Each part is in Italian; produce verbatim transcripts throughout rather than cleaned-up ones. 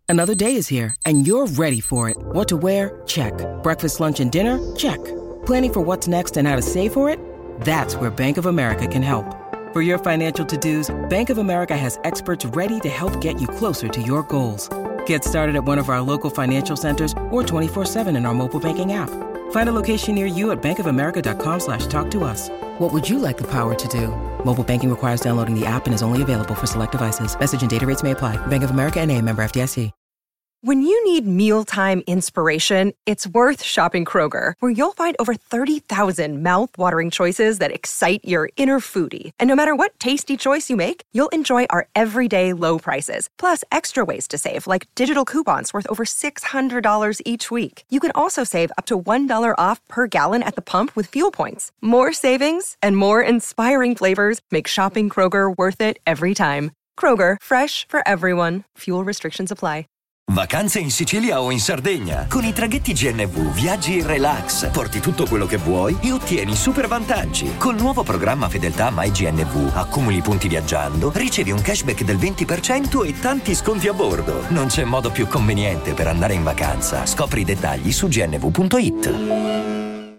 Another day is here, and you're ready for it. What to wear? Check. Breakfast, lunch, and dinner? Check. Planning for what's next and how to save for it? That's where Bank of America can help. For your financial to-dos, Bank of America has experts ready to help get you closer to your goals. Get started at one of our local financial centers or twenty-four seven in our mobile banking app. Find a location near you at bankofamerica.com slash talk to us. What would you like the power to do? Mobile banking requires downloading the app and is only available for select devices. Message and data rates may apply. Bank of America N A, member F D I C. When you need mealtime inspiration, it's worth shopping Kroger, where you'll find over thirty thousand mouth-watering choices that excite your inner foodie. And no matter what tasty choice you make, you'll enjoy our everyday low prices, plus extra ways to save, like digital coupons worth over six hundred dollars each week. You can also save up to one dollar off per gallon at the pump with fuel points. More savings and more inspiring flavors make shopping Kroger worth it every time. Kroger, fresh for everyone. Fuel restrictions apply. Vacanze in Sicilia o in Sardegna. Con i traghetti G N V viaggi in relax, porti tutto quello che vuoi e ottieni super vantaggi. Col nuovo programma Fedeltà MyGNV accumuli punti viaggiando, ricevi un cashback del venti per cento e tanti sconti a bordo. Non c'è modo più conveniente per andare in vacanza. Scopri i dettagli su g n v punto i t.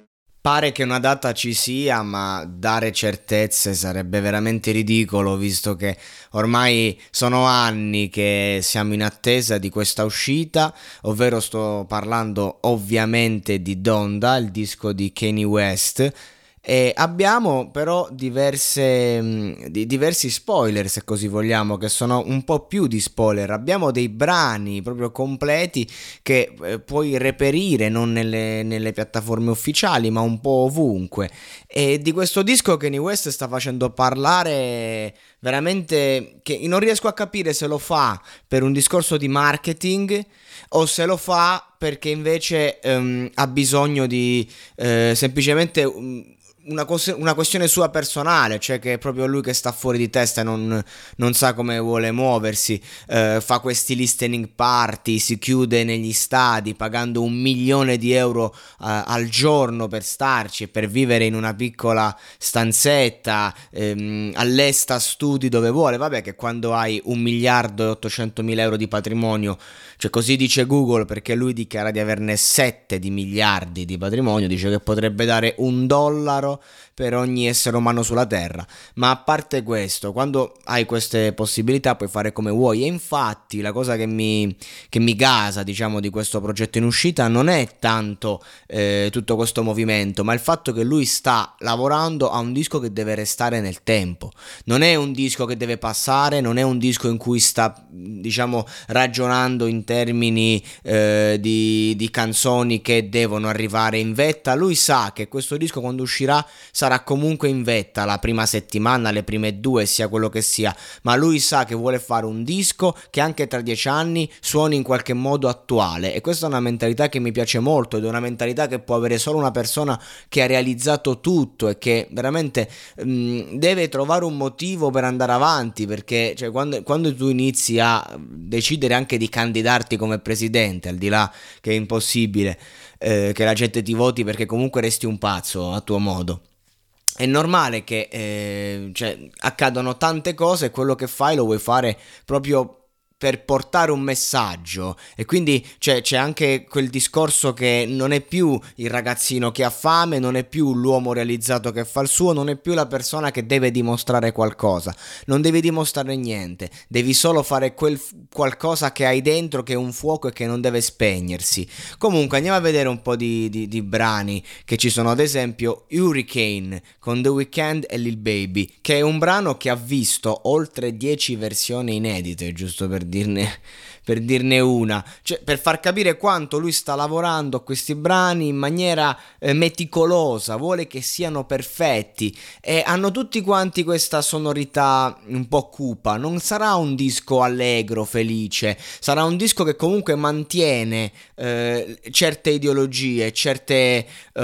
Pare che una data ci sia, ma dare certezze sarebbe veramente ridicolo, visto che ormai sono anni che siamo in attesa di questa uscita, ovvero sto parlando ovviamente di Donda, il disco di Kanye West. E abbiamo però diverse, mh, di, diversi spoiler, se così vogliamo, che sono un po' più di spoiler. Abbiamo dei brani proprio completi che eh, puoi reperire non nelle, nelle piattaforme ufficiali, ma un po' ovunque. E di questo disco Kanye West sta facendo parlare veramente, che non riesco a capire se lo fa per un discorso di marketing o se lo fa perché invece ehm, ha bisogno di eh, semplicemente um, Una, cos- una questione sua personale, cioè che è proprio lui che sta fuori di testa e non, non sa come vuole muoversi, eh, fa questi listening party, si chiude negli stadi pagando un milione di euro eh, al giorno per starci e per vivere in una piccola stanzetta, ehm, all'esta studi dove vuole. Vabbè, che quando hai un miliardo e ottocentomila euro di patrimonio, cioè così dice Google, perché lui dichiara di averne sette di miliardi di patrimonio, dice che potrebbe dare un dollaro per ogni essere umano sulla terra. Ma a parte questo, quando hai queste possibilità puoi fare come vuoi. E infatti la cosa che mi, che mi gasa, diciamo, di questo progetto in uscita non è tanto eh, tutto questo movimento, ma il fatto che lui sta lavorando a un disco che deve restare nel tempo. Non è un disco che deve passare, non è un disco in cui sta, diciamo, ragionando in termini eh, di, di canzoni che devono arrivare in vetta. Lui sa che questo disco, quando uscirà, sarà comunque in vetta la prima settimana, le prime due, sia quello che sia, ma lui sa che vuole fare un disco che anche tra dieci anni suoni in qualche modo attuale. E questa è una mentalità che mi piace molto, ed è una mentalità che può avere solo una persona che ha realizzato tutto e che veramente mh, deve trovare un motivo per andare avanti, perché cioè, quando, quando tu inizi a decidere anche di candidarti come presidente, al di là che è impossibile eh, che la gente ti voti, perché comunque resti un pazzo a tuo modo, è normale che eh, cioè, accadono tante cose e quello che fai lo vuoi fare proprio per portare un messaggio. E quindi cioè, c'è anche quel discorso che non è più il ragazzino che ha fame, non è più l'uomo realizzato che fa il suo, non è più la persona che deve dimostrare qualcosa, non devi dimostrare niente, devi solo fare quel f- qualcosa che hai dentro, che è un fuoco e che non deve spegnersi. Comunque andiamo a vedere un po' di, di, di brani che ci sono. Ad esempio Hurricane con The Weeknd e Lil Baby, che è un brano che ha visto oltre dieci versioni inedite, giusto per dirne per dirne una, cioè per far capire quanto lui sta lavorando a questi brani in maniera eh, meticolosa, vuole che siano perfetti e hanno tutti quanti questa sonorità un po' cupa. Non sarà un disco allegro, felice, sarà un disco che comunque mantiene eh, certe ideologie, certe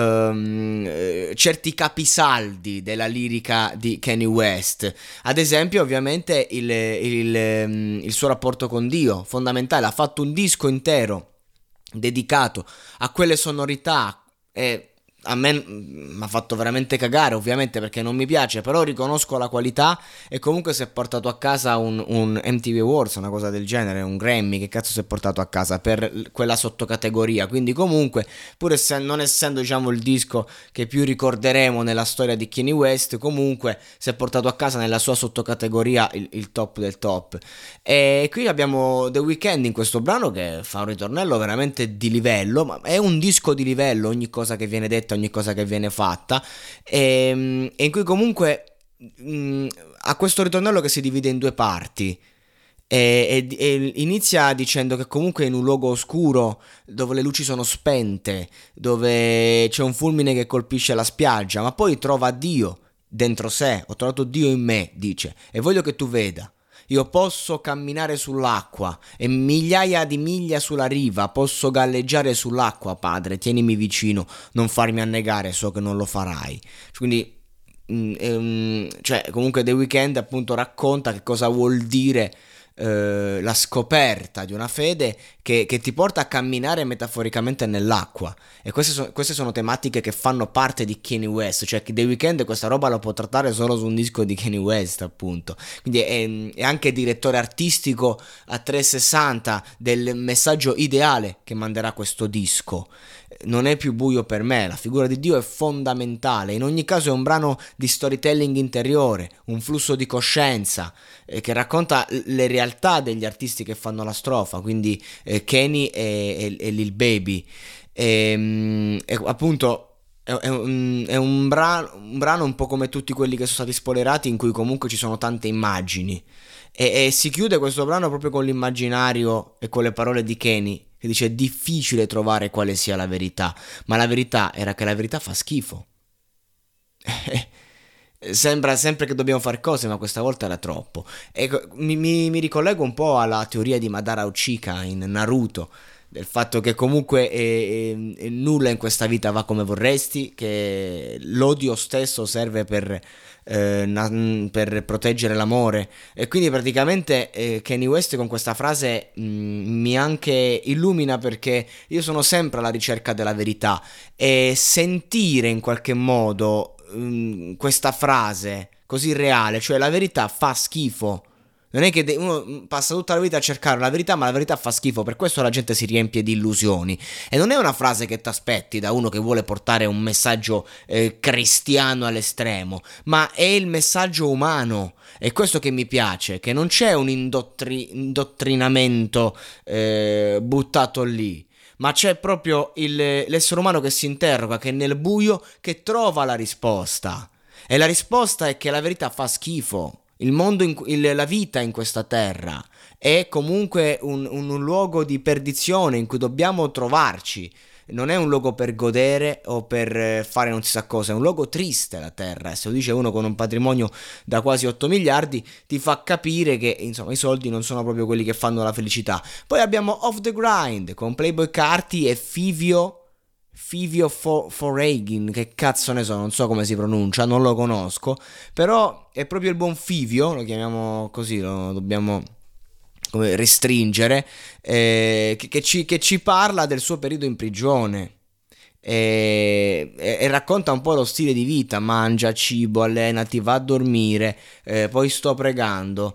ehm, certi capisaldi della lirica di Kanye West. Ad esempio, ovviamente il, il, il suo rapporto con Dio, fondamentale. Ha fatto un disco intero dedicato a quelle sonorità e a me mi ha fatto veramente cagare, ovviamente, perché non mi piace, però riconosco la qualità. E comunque si è portato a casa un, un M T V Awards, una cosa del genere, un Grammy, che cazzo si è portato a casa per quella sottocategoria. Quindi comunque, pur essendo, non essendo diciamo il disco che più ricorderemo nella storia di Kanye West, comunque si è portato a casa nella sua sottocategoria il, il top del top. E qui abbiamo The Weeknd in questo brano che fa un ritornello veramente di livello, ma è un disco di livello, ogni cosa che viene detta, ogni cosa che viene fatta, e, e in cui comunque mh, ha questo ritornello che si divide in due parti. E, e, e inizia dicendo che comunque in un luogo oscuro, dove le luci sono spente, dove c'è un fulmine che colpisce la spiaggia, ma poi trova Dio dentro sé. Ho trovato Dio in me, dice, e voglio che tu veda. Io posso camminare sull'acqua e migliaia di miglia sulla riva, posso galleggiare sull'acqua, Padre, tienimi vicino, non farmi annegare, so che non lo farai. Quindi, mm, ehm, cioè, comunque The Weeknd appunto racconta che cosa vuol dire eh, la scoperta di una fede che, che ti porta a camminare metaforicamente nell'acqua. E queste, so, queste sono tematiche che fanno parte di Kanye West, cioè The Weeknd questa roba la può trattare solo su un disco di Kanye West, appunto. Quindi è, è anche direttore artistico a trecentosessanta del messaggio ideale che manderà questo disco. Non è più buio per me, la figura di Dio è fondamentale. In ogni caso è un brano di storytelling interiore, un flusso di coscienza eh, che racconta le realtà degli artisti che fanno la strofa, quindi eh, Kanye e, e, e Lil Baby. E, e appunto è, è, un, è un, brano, un brano un po' come tutti quelli che sono stati spoilerati, in cui comunque ci sono tante immagini. E, e si chiude questo brano proprio con l'immaginario e con le parole di Kanye, che dice: è difficile trovare quale sia la verità, ma la verità era che la verità fa schifo. Sembra sempre che dobbiamo fare cose, ma questa volta era troppo. E mi, mi, mi ricollego un po' alla teoria di Madara Uchiha in Naruto, del fatto che comunque eh, eh, nulla in questa vita va come vorresti, che l'odio stesso serve per, eh, na- per proteggere l'amore. E quindi praticamente eh, Kanye West con questa frase mh, mi anche illumina, perché io sono sempre alla ricerca della verità, e sentire in qualche modo mh, questa frase così reale, cioè la verità fa schifo. Non è che uno passa tutta la vita a cercare la verità, ma la verità fa schifo, per questo la gente si riempie di illusioni. E non è una frase che ti aspetti da uno che vuole portare un messaggio eh, cristiano all'estremo, ma è il messaggio umano. È questo che mi piace, che non c'è un indottri- indottrinamento eh, buttato lì, ma c'è proprio il, l'essere umano che si interroga, che è nel buio, che trova la risposta. E la risposta è che la verità fa schifo. Il mondo, in, il, la vita in questa terra è comunque un, un, un luogo di perdizione in cui dobbiamo trovarci. Non è un luogo per godere o per fare non si sa cosa, è un luogo triste la terra. E se lo dice uno con un patrimonio da quasi otto miliardi, ti fa capire che insomma i soldi non sono proprio quelli che fanno la felicità. Poi abbiamo Off the Grind con Playboi Carti e Fivio Fivio Fo- Foreign, che cazzo ne so, non so come si pronuncia, non lo conosco, però è proprio il buon Fivio, lo chiamiamo così, lo dobbiamo come restringere, eh, che, che, ci, che ci parla del suo periodo in prigione. E, e, e racconta un po' lo stile di vita: mangia, cibo, allenati, va a dormire, eh, poi sto pregando.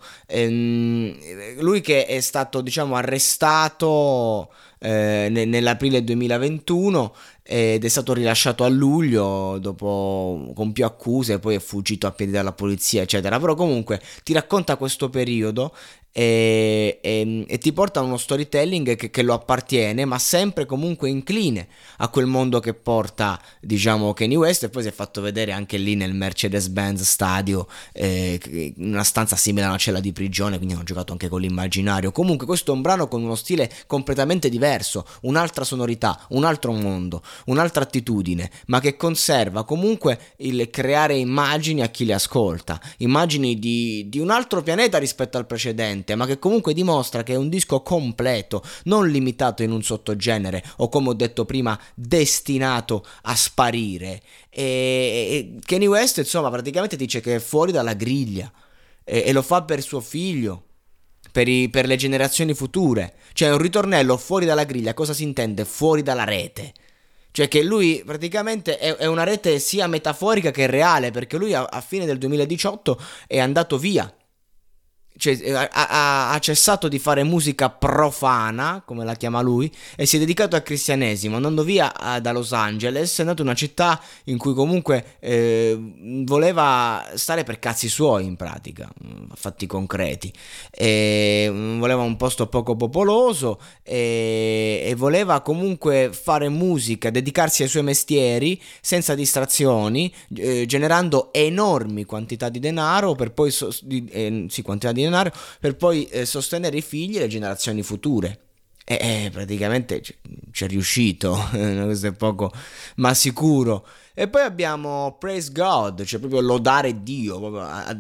E, lui che è stato diciamo arrestato eh, nell'aprile duemilaventuno ed è stato rilasciato a luglio dopo, con più accuse, poi è fuggito a piedi dalla polizia eccetera, però comunque ti racconta questo periodo e, e, e ti porta a uno storytelling che, che lo appartiene, ma sempre comunque incline a quel mondo che porta diciamo Kanye West. E poi si è fatto vedere anche lì nel Mercedes-Benz Stadio, eh, una stanza simile a una cella di prigione, quindi hanno giocato anche con l'immaginario. Comunque questo è un brano con uno stile completamente diverso, un'altra sonorità, un altro mondo, un'altra attitudine, ma che conserva comunque il creare immagini a chi le ascolta, immagini di, di un altro pianeta rispetto al precedente, ma che comunque dimostra che è un disco completo, non limitato in un sottogenere o, come ho detto prima, destinato a sparire. E, e Kanye West insomma praticamente dice che è fuori dalla griglia e, e lo fa per suo figlio, per, i, per le generazioni future. Cioè un ritornello fuori dalla griglia, cosa si intende? Fuori dalla rete. Cioè che lui praticamente è, è una rete sia metaforica che reale, perché lui a, a fine del duemiladiciotto è andato via. Cioè, ha, ha, ha cessato di fare musica profana, come la chiama lui, e si è dedicato al cristianesimo, andando via da Los Angeles. È andato in una città in cui comunque eh, voleva stare per cazzi suoi, in pratica, fatti concreti, e voleva un posto poco popoloso, e, e voleva comunque fare musica, dedicarsi ai suoi mestieri senza distrazioni, eh, generando enormi quantità di denaro per poi so, di, eh, sì, quantità di denaro per poi eh, sostenere i figli e le generazioni future. E eh, praticamente c- c'è riuscito. Questo è poco ma sicuro. E poi abbiamo Praise God, cioè proprio lodare Dio, proprio a,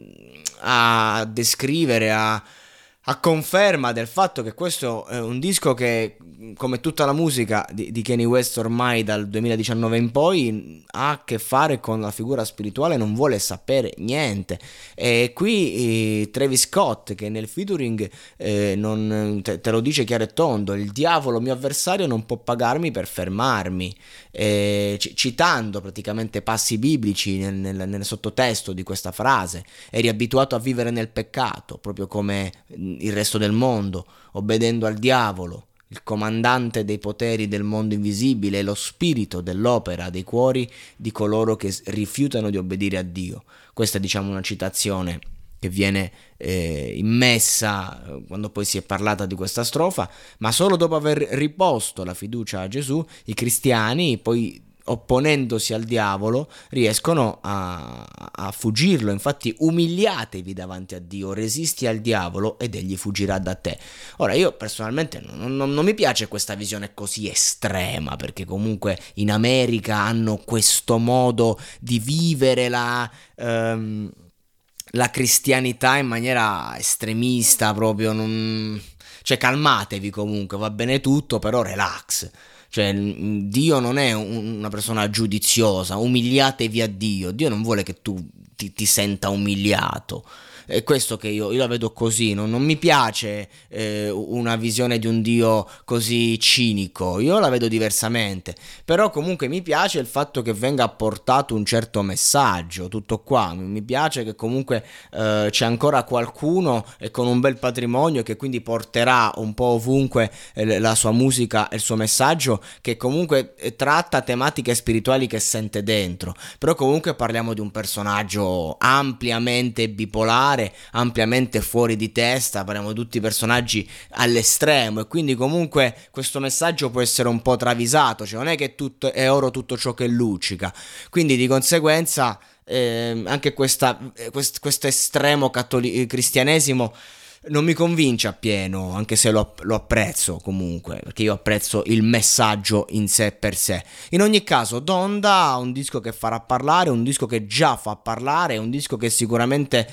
a, a descrivere, a, a conferma del fatto che questo è un disco che, come tutta la musica di, di Kanye West ormai dal duemiladiciannove in poi, ha a che fare con la figura spirituale, non vuole sapere niente. E qui eh, Travis Scott, che nel featuring eh, non, te, te lo dice chiaro e tondo: il diavolo mio avversario non può pagarmi per fermarmi, eh, c- citando praticamente passi biblici nel, nel, nel sottotesto di questa frase. Eri abituato a vivere nel peccato, proprio come il resto del mondo, obbedendo al diavolo, il comandante dei poteri del mondo invisibile, e lo spirito dell'opera dei cuori di coloro che rifiutano di obbedire a Dio. Questa è, diciamo, una citazione che viene eh, immessa quando poi si è parlata di questa strofa, ma solo dopo aver riposto la fiducia a Gesù, i cristiani poi, opponendosi al diavolo, riescono a, a fuggirlo. Infatti, umiliatevi davanti a Dio, resisti al diavolo ed egli fuggirà da te. Ora, io personalmente non, non, non mi piace questa visione così estrema, perché comunque in America hanno questo modo di vivere la... Um, la cristianità in maniera estremista, proprio non... cioè calmatevi, comunque va bene tutto, però relax. Cioè, Dio non è un, una persona giudiziosa, umiliatevi a Dio. Dio non vuole che tu ti, ti senta umiliato. È questo che io, io la vedo così, non, non mi piace eh, una visione di un Dio così cinico, io la vedo diversamente. Però comunque mi piace il fatto che venga portato un certo messaggio, tutto qua. Mi piace che comunque eh, c'è ancora qualcuno e con un bel patrimonio, che quindi porterà un po' ovunque eh, la sua musica e il suo messaggio, che comunque eh, tratta tematiche spirituali che sente dentro. Però comunque parliamo di un personaggio ampiamente bipolare, ampiamente fuori di testa, parliamo di tutti personaggi all'estremo, e quindi comunque questo messaggio può essere un po' travisato, cioè non è che tutto è oro tutto ciò che luccica. Quindi di conseguenza eh, anche questa, quest, questo estremo cattoli- cristianesimo non mi convince appieno, anche se lo, lo apprezzo comunque, perché io apprezzo il messaggio in sé per sé. In ogni caso, Donda, un disco che farà parlare, un disco che già fa parlare, un disco che sicuramente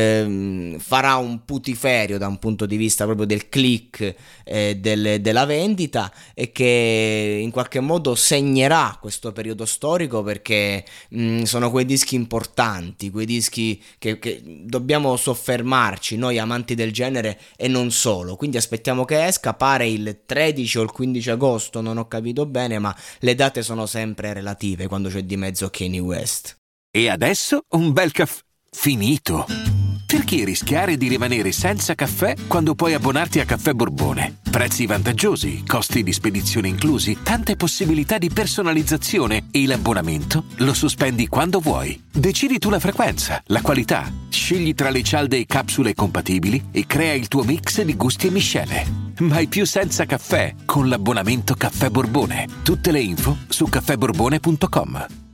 ehm, farà un putiferio da un punto di vista proprio del click, eh, del, della vendita, e che in qualche modo segnerà questo periodo storico, perché mh, sono quei dischi importanti, quei dischi che, che dobbiamo soffermarci noi amanti del genere e non solo. Quindi aspettiamo che esca, pare il tredici o il quindici agosto, non ho capito bene, ma le date sono sempre relative quando c'è di mezzo Kanye West. E adesso un bel caffè finito. Perché rischiare di rimanere senza caffè quando puoi abbonarti a Caffè Borbone? Prezzi vantaggiosi, costi di spedizione inclusi, tante possibilità di personalizzazione, e l'abbonamento lo sospendi quando vuoi. Decidi tu la frequenza, la qualità, scegli tra le cialde e capsule compatibili e crea il tuo mix di gusti e miscele. Mai più senza caffè con l'abbonamento Caffè Borbone. Tutte le info su caffè borbone punto com.